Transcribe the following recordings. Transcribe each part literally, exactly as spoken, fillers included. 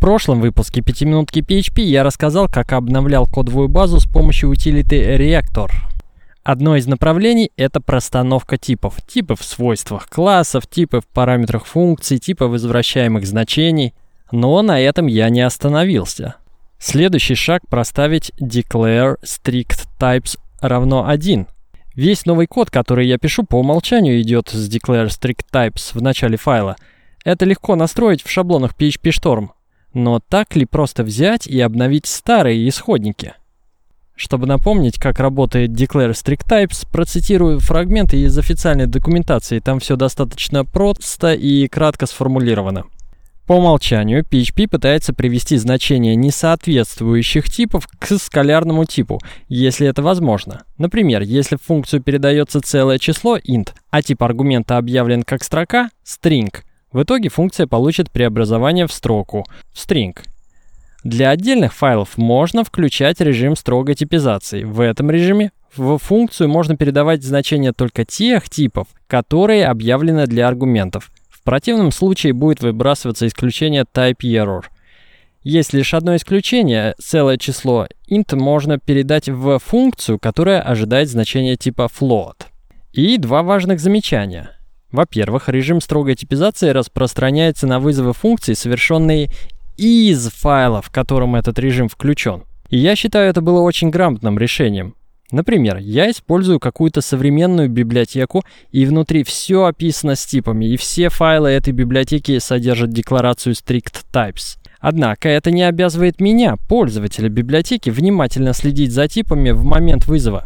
прошлом выпуске пятиминутки пи эйч пи я рассказал, как обновлял кодовую базу с помощью утилиты Reactor. Одно из направлений — это простановка типов. Типы в свойствах классов, типы в параметрах функций, типы возвращаемых значений. Но на этом я не остановился. Следующий шаг — проставить declare strict types равно один. Весь новый код, который я пишу, по умолчанию идет с declare strict types в начале файла. Это легко настроить в шаблонах пи эйч пи Storm. Но так ли просто взять и обновить старые исходники? Чтобы напомнить, как работает declare strict types, процитирую фрагменты из официальной документации. Там все достаточно просто и кратко сформулировано. По умолчанию пи эйч пи пытается привести значения несоответствующих типов к скалярному типу, если это возможно. Например, если в функцию передается целое число int, а тип аргумента объявлен как строка string, в итоге функция получит преобразование в строку string. Для отдельных файлов можно включать режим строгой типизации. В этом режиме в функцию можно передавать значения только тех типов, которые объявлены для аргументов. В противном случае будет выбрасываться исключение typeError. Есть лишь одно исключение. Целое число int можно передать в функцию, которая ожидает значения типа float. И два важных замечания. Во-первых, режим строгой типизации распространяется на вызовы функций, совершенные из файла, в котором этот режим включен. И я считаю, это было очень грамотным решением. Например, я использую какую-то современную библиотеку, и внутри все описано с типами, и все файлы этой библиотеки содержат декларацию strict types. Однако это не обязывает меня, пользователя библиотеки, внимательно следить за типами в момент вызова.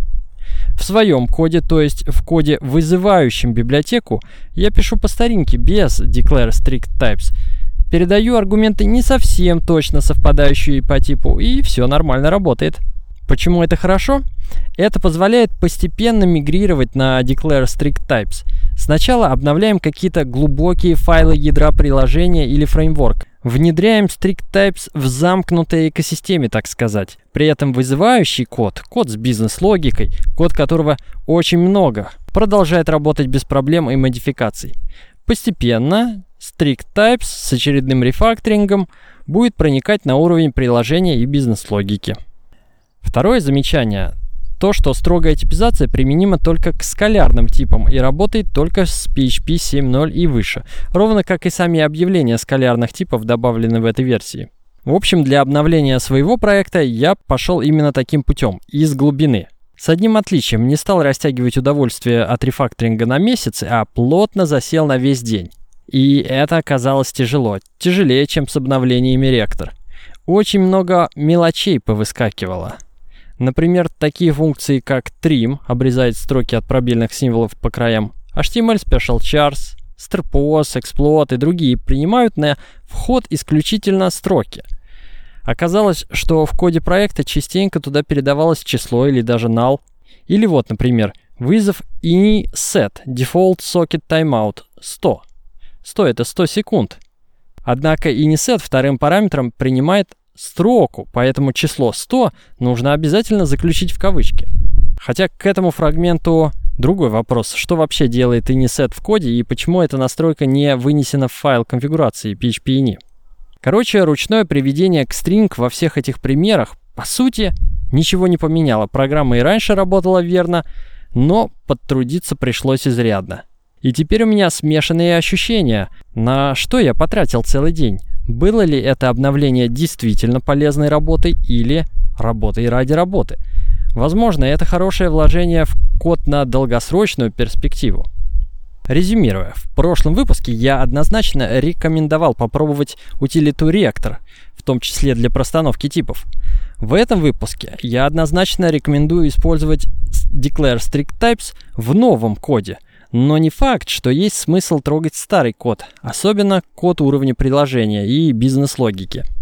В своем коде, то есть в коде, вызывающем библиотеку, я пишу по старинке, без declare strict types. Передаю аргументы не совсем точно совпадающие по типу, и все нормально работает. Почему это хорошо? Это позволяет постепенно мигрировать на declare strict types. Сначала обновляем какие-то глубокие файлы ядра приложения или фреймворк. Внедряем strict types в замкнутой экосистеме, так сказать. При этом вызывающий код, код с бизнес-логикой, код которого очень много, продолжает работать без проблем и модификаций. Постепенно strict types с очередным рефакторингом будет проникать на уровень приложения и бизнес-логики. Второе замечание. То, что строгая типизация применима только к скалярным типам и работает только с пи эйч пи семь ноль и выше, ровно как и сами объявления скалярных типов добавлены в этой версии. В общем, для обновления своего проекта я пошел именно таким путем, из глубины. С одним отличием: не стал растягивать удовольствие от рефакторинга на месяцы, а плотно засел на весь день. И это оказалось тяжело, тяжелее, чем с обновлениями Reactor. Очень много мелочей повыскакивало. Например, такие функции, как trim, обрезает строки от пробельных символов по краям, эйч ти эм эль Special Chars, strpos, explode и другие принимают на вход исключительно строки. Оказалось, что в коде проекта частенько туда передавалось число или даже null. Или вот, например, вызов ini_set default socket timeout сто. сто — это сто секунд. Однако ini_set вторым параметром принимает строку, поэтому число сто нужно обязательно заключить в кавычки. Хотя к этому фрагменту другой вопрос: что вообще делает ini_set в коде и почему эта настройка не вынесена в файл конфигурации пи эйч пи ini. Короче, ручное приведение к string во всех этих примерах, по сути, ничего не поменяло. Программа и раньше работала верно, но подтрудиться пришлось изрядно. И теперь у меня смешанные ощущения. На что я потратил целый день? Было ли это обновление действительно полезной работой или работой ради работы? Возможно, это хорошее вложение в код на долгосрочную перспективу. Резюмируя, в прошлом выпуске я однозначно рекомендовал попробовать утилиту Reactor, в том числе для простановки типов. В этом выпуске я однозначно рекомендую использовать declare strict types в новом коде. Но не факт, что есть смысл трогать старый код, особенно код уровня приложения и бизнес-логики.